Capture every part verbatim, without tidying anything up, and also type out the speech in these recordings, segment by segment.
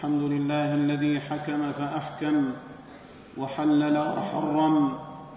الحمد لله الذي حكم فأحكم وحلل وحرم،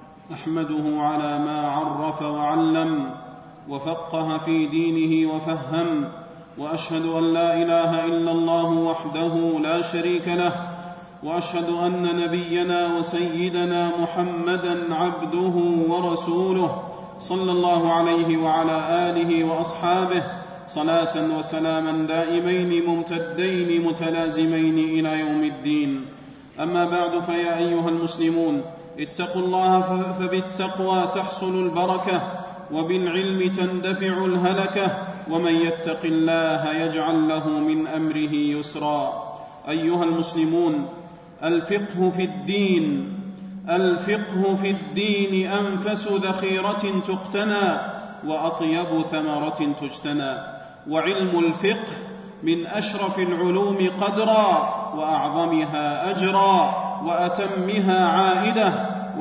أحمده على ما عرف وعلم وفقه في دينه وفهم، وأشهد أن لا إله إلا الله وحده لا شريك له، وأشهد أن نبينا وسيدنا محمدًا عبده ورسوله صلى الله عليه وعلى آله وأصحابه صلاة وسلاما دائمين ممتدين متلازمين إلى يوم الدين. أما بعد، فيا أيها المسلمون، اتقوا الله فبالتقوى تحصل البركة، وبالعلم تندفع الهلكة، ومن يتق الله يجعل له من أمره يسرا. أيها المسلمون، الفقه في الدين الفقه في الدين أنفس ذخيرة تقتنى وأطيب ثمرة تجتنى، وعلم الفقه من أشرف العلوم قدرا، وأعظمها أجرا، وأتمها عائدة،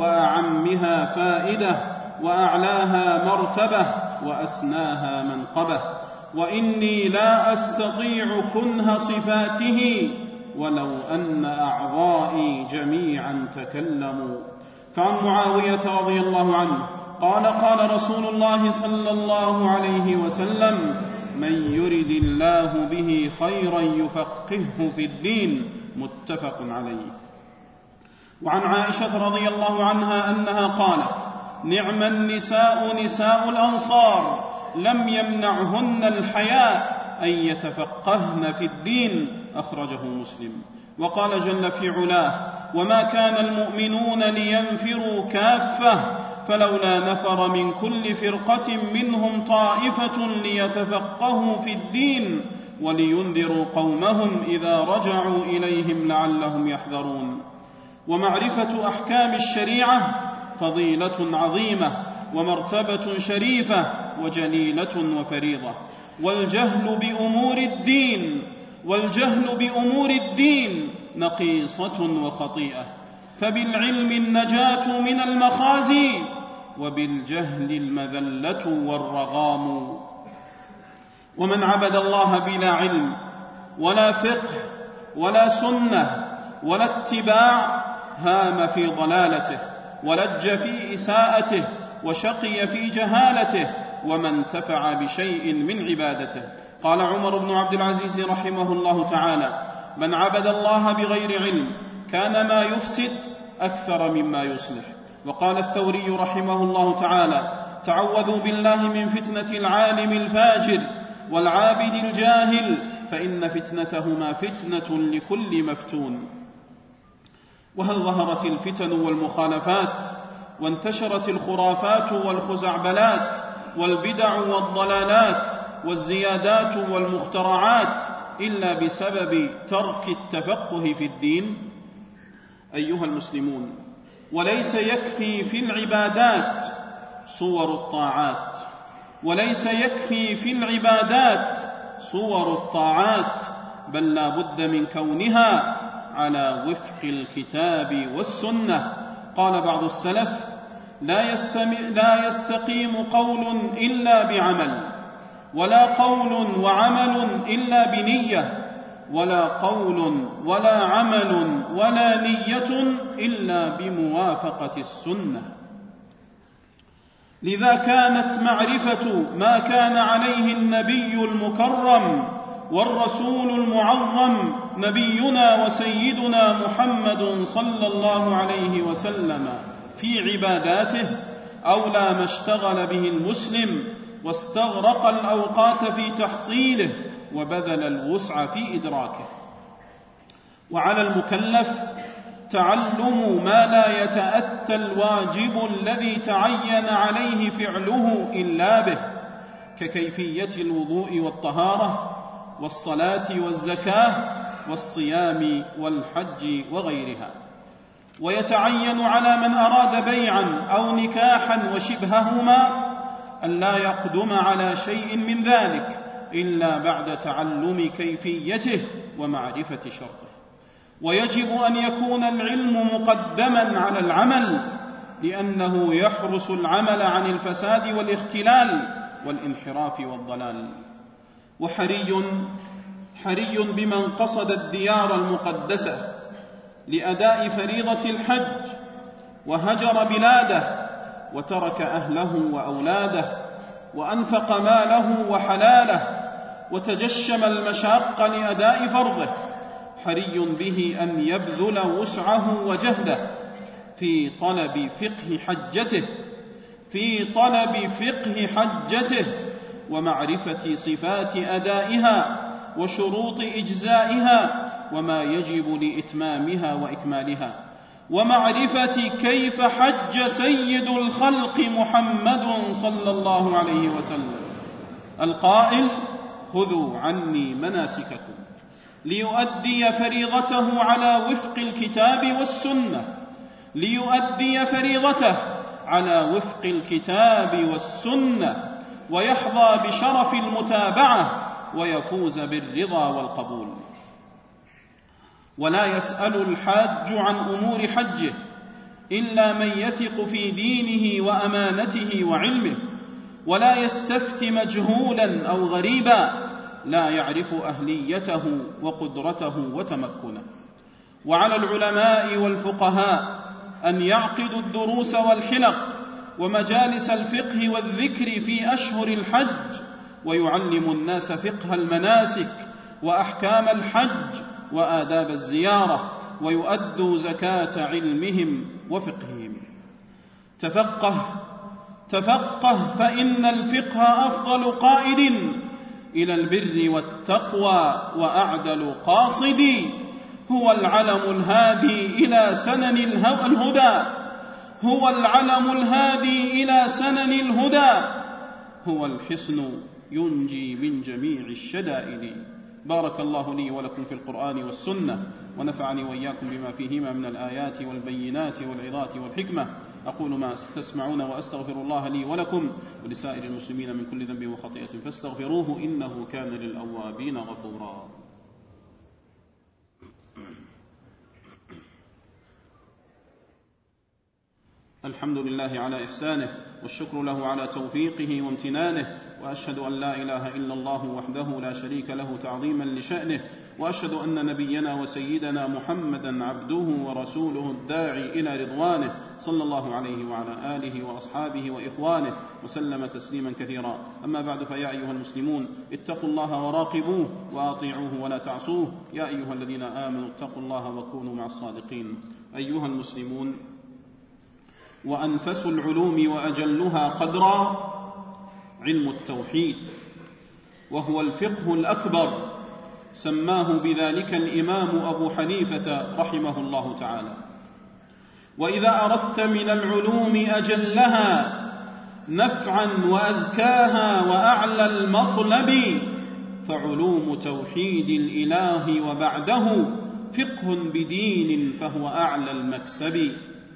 وأعمها فائدة، وأعلاها مرتبة، وأسناها منقبة. وإني لا أستطيع كنه صفاته ولو أن أعضائي جميعا تكلموا. فعن معاوية رضي الله عنه قال: قال رسول الله صلى الله عليه وسلم: من يرد الله به خيرا يفقهه في الدين. متفق عليه. وعن عائشة رضي الله عنها أنها قالت: نعم النساء نساء الأنصار، لم يمنعهن الحياء أن يتفقهن في الدين. أخرجه مسلم. وقال جل في علاه: وما كان المؤمنون لينفروا كافة، فلولا نفر من كل فرقة منهم طائفة ليتفقهوا في الدين ولينذروا قومهم إذا رجعوا إليهم لعلهم يحذرون. ومعرفة أحكام الشريعة فضيلة عظيمة ومرتبة شريفة وجليلة وفريضة، والجهل بأمور الدين والجهل بأمور الدين نقيصة وخطيئة، فبالعلم النجاة من المخازي، وبالجهل المذلة والرغام. ومن عبد الله بلا علم ولا فقه ولا سنة ولا اتباع هام في ضلالته، ولج في إساءته، وشقي في جهالته، وما انتفع بشيء من عبادته. قال عمر بن عبد العزيز رحمه الله تعالى: من عبد الله بغير علم كان ما يفسد أكثر مما يصلح. وقال الثوري رحمه الله تعالى: تعوذوا بالله من فتنة العالم الفاجر والعابد الجاهل، فإن فتنتهما فتنة لكل مفتون. وهل ظهرت الفتن والمخالفات وانتشرت الخرافات والخزعبلات والبدع والضلالات والزيادات والمخترعات إلا بسبب ترك التفقه في الدين؟ أيها المسلمون، وليس يكفي في العبادات صور الطاعات وليس يكفي في العبادات صور الطاعات بل لا بد من كونها على وفق الكتاب والسنة. قال بعض السلف: لا, لا يستقيم قول إلا بعمل، ولا قول وعمل إلا بنية، ولا قول ولا عمل ولا نية إلا بموافقة السنة. لذا كانت معرفة ما كان عليه النبي المكرم والرسول المعظم نبينا وسيدنا محمد صلى الله عليه وسلم في عباداته أولى ما اشتغل به المسلم واستغرق الأوقات في تحصيله وبذل الوسع في إدراكه. وعلى المكلف تعلم ما لا يتأتى الواجب الذي تعين عليه فعله إلا به، ككيفية الوضوء والطهارة والصلاة والزكاة والصيام والحج وغيرها. ويتعين على من أراد بيعا أو نكاحا وشبههما أن لا يقدم على شيء من ذلك إلا بعد تعلم كيفيته ومعرفة شرطه. ويجب أن يكون العلم مقدما على العمل، لأنه يحرس العمل عن الفساد والاختلال والانحراف والضلال. وحري حري بمن قصد الديار المقدسة لأداء فريضة الحج وهجر بلاده وترك أهله وأولاده وأنفق ماله وحلاله وتجشم المشاق لأداء فرضه، حري به أن يبذل وسعه وجهده في طلب فقه حجته في طلب فقه حجته ومعرفة صفات أدائها وشروط إجزائها وما يجب لإتمامها وإكمالها، ومعرفة كيف حج سيد الخلق محمد صلى الله عليه وسلم القائل: خذوا عني مناسككم، ليؤدي فريضته على وفق الكتاب والسنة ليؤدي فريضته على وفق الكتاب والسنة ويحظى بشرف المتابعة ويفوز بالرضا والقبول. ولا يسأل الحاج عن أمور حجه إلا من يثق في دينه وأمانته وعلمه، ولا يستفت مجهولا أو غريبا لا يعرف أهليته وقدرته وتمكنه. وعلى العلماء والفقهاء أن يعقدوا الدروس والحلق ومجالس الفقه والذكر في أشهر الحج، ويعلموا الناس فقه المناسك وأحكام الحج وآداب الزيارة، ويؤدوا زكاة علمهم وفقههم. تفقه تفقه فإن الفقه أفضل قائد إلى البر والتقوى وأعدل قاصد، هو العلم الهادي إلى سنن الهدى هو العلم الهادي إلى سنن الهدى هو الحصن ينجي من جميع الشدائد. بارك الله لي ولكم في القرآن والسنة، ونفعني وإياكم بما فيهما من الآيات والبينات والعظات والحكمة. أقول ما تسمعون وأستغفر الله لي ولكم ولسائر المسلمين من كل ذنب وخطيئة فاستغفروه إنه كان للأوابين غفورا. الحمد لله على إحسانه، والشكر له على توفيقه وامتنانه، وأشهد أن لا إله إلا الله وحده لا شريك له تعظيما لشأنه، وأشهد أن نبينا وسيدنا محمدا عبده ورسوله الداعي إلى رضوانه صلى الله عليه وعلى آله وأصحابه وإخوانه وسلم تسليما كثيرا. أما بعد، فيا أيها المسلمون اتقوا الله وراقبوه وأطيعوه ولا تعصوه. يا أيها الذين آمنوا اتقوا الله وكونوا مع الصادقين. أيها المسلمون، وأنفس العلوم وأجلها قدرا علم التوحيد، وهو الفقه الأكبر، سماه بذلك الإمام أبو حنيفة رحمه الله تعالى. وإذا أردت من العلوم أجلها نفعا وأزكاها وأعلى المطلب فعلوم توحيد الإله، وبعده فقه بدين فهو أعلى المكسب.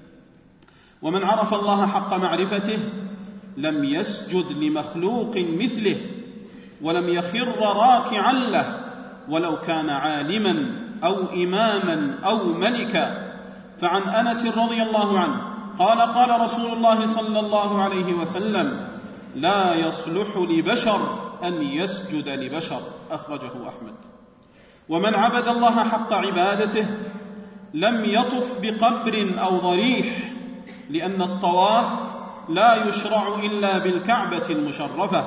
ومن عرف الله حق معرفته لم يسجد لمخلوق مثله، ولم يخر راكعا له، ولو كان عالما أو إماما أو ملكا. فعن أنس رضي الله عنه قال: قال رسول الله صلى الله عليه وسلم: لا يصلح لبشر أن يسجد لبشر، أخرجه أحمد. ومن عبد الله حق عبادته لم يطف بقبر أو ضريح، لأن الطواف لا يشرع إلا بالكعبة المشرفة،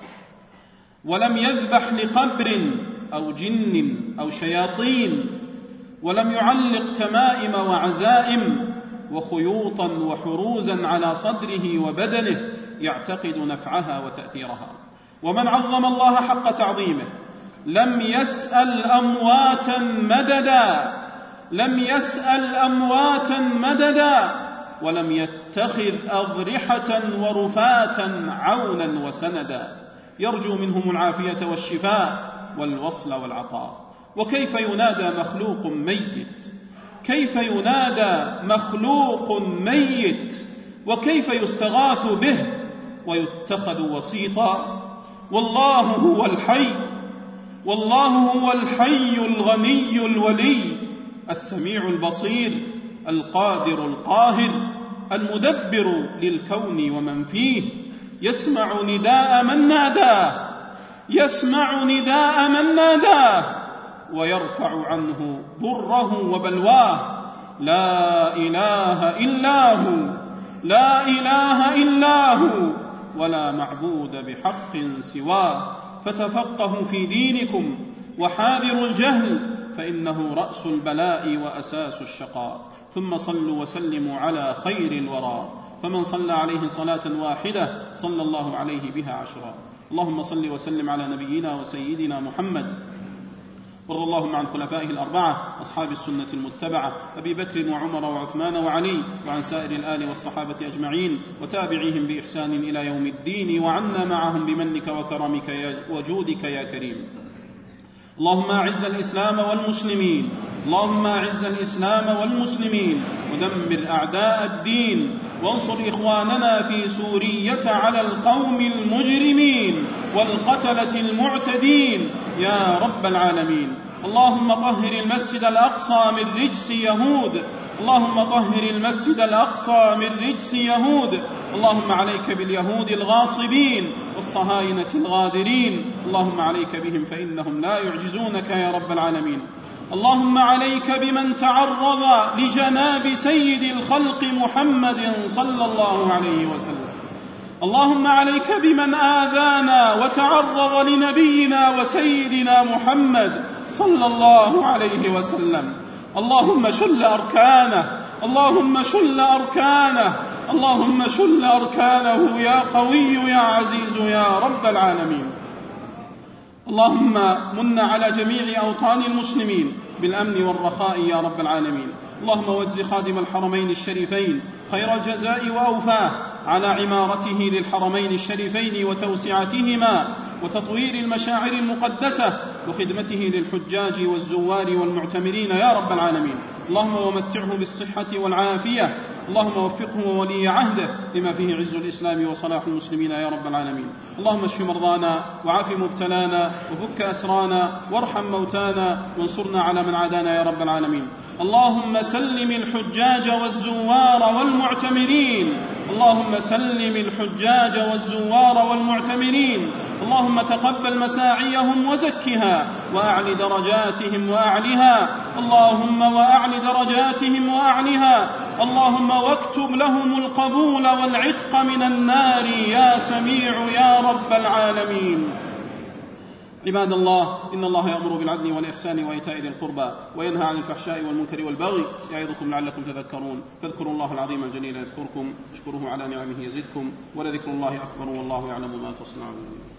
ولم يذبح لقبر أو جن أو شياطين، ولم يعلق تمائم وعزائم وخيوطا وحروزا على صدره وبدنه يعتقد نفعها وتأثيرها. ومن عظم الله حق تعظيمه لم يسأل أمواتا مددا لم يسأل أمواتا مددا ولم يتخذ أضرحة ورفاتا عونا وسندا، يرجو منهم العافية والشفاء والوصل والعطاء. وكيف ينادى مخلوق ميت كيف ينادى مخلوق ميت وكيف يستغاث به ويتخذ وسيطا؟ والله هو الحي والله هو الحي الغني الولي السميع البصير القادر القاهر المدبر للكون ومن فيه، يسمع نداء من ناداه يسمع نداء من ناداه ويرفع عنه ضره وبلواه. لا إله إلا هو، لا إله إلا هو، ولا معبود بحق سواه. فتفقهوا في دينكم وحاذروا الجهل، فإنه رأس البلاء وأساس الشقاء. ثم صلوا وسلموا على خير الورى، فمن صلى عليه صلاة واحدة صلى الله عليه بها عشرا. اللهم صل وسلم على نبينا وسيدنا محمد، وارض اللهم عن خلفائه الأربعة أصحاب السنة المتبعة أبي بكر وعمر وعثمان وعلي، وعن سائر الآل والصحابة أجمعين وتابعيهم بإحسان إلى يوم الدين، وعنا معهم بمنك وكرمك وجودك يا كريم. اللهم أعز الإسلام والمسلمين، اللهم أعز الإسلام والمسلمين ودمر أعداء الدين، وانصر إخواننا في سورية على القوم المجرمين والقتلة المعتدين يا رب العالمين. اللهم طهر المسجد الأقصى من رجس يهود، اللهم طهر المسجد الأقصى من رجس يهود. اللهم عليك باليهود الغاصبين والصهاينة الغادرين، اللهم عليك بهم فإنهم لا يعجزونك يا رب العالمين. اللهم عليك بمن تعرض لجناب سيد الخلق محمد صلى الله عليه وسلم. اللهم عليك بمن آذانا وتعرض لنبينا وسيدنا محمد صلى الله عليه وسلم. اللهم شل أركانه، اللهم شل أركانه، اللهم شل أركانه يا قوي يا عزيز يا رب العالمين. اللهم من على جميع أوطان المسلمين بالأمن والرخاء يا رب العالمين. اللهم واجز خادم الحرمين الشريفين خير الجزاء وأوفاه على عمارته للحرمين الشريفين وتوسعتهما وتطوير المشاعر المقدسة وخدمته للحجاج والزوار والمعتمرين يا رب العالمين. اللهم ومتعه بالصحة والعافية، اللهم وفقه وولي عهده لما فيه عز الإسلام وصلاح المسلمين يا رب العالمين. اللهم اشف مرضانا وعاف مبتلانا وفك أسرانا وارحم موتانا وانصرنا على من عادانا يا رب العالمين. اللهم سلم الحجاج والزوار والمعتمرين، اللهم سلم الحجاج والزوار والمعتمرين. اللهم تقبل مساعيهم وزكها وأعل درجاتهم وأعلها، اللهم وأعل درجاتهم وأعلها. اللهم واكتب لهم القبول والعتق من النار يا سميع يا رب العالمين. عباد الله، إن الله يأمر بالعدل والإحسان وإيتاء ذي القربى وينهى عن الفحشاء والمنكر والبغي يعظكم لعلكم تذكرون. فاذكروا الله العظيم الجليل يذكركم، اشكروه على نعمه يزدكم، ولذكر الله أكبر والله يعلم ما تصنعون.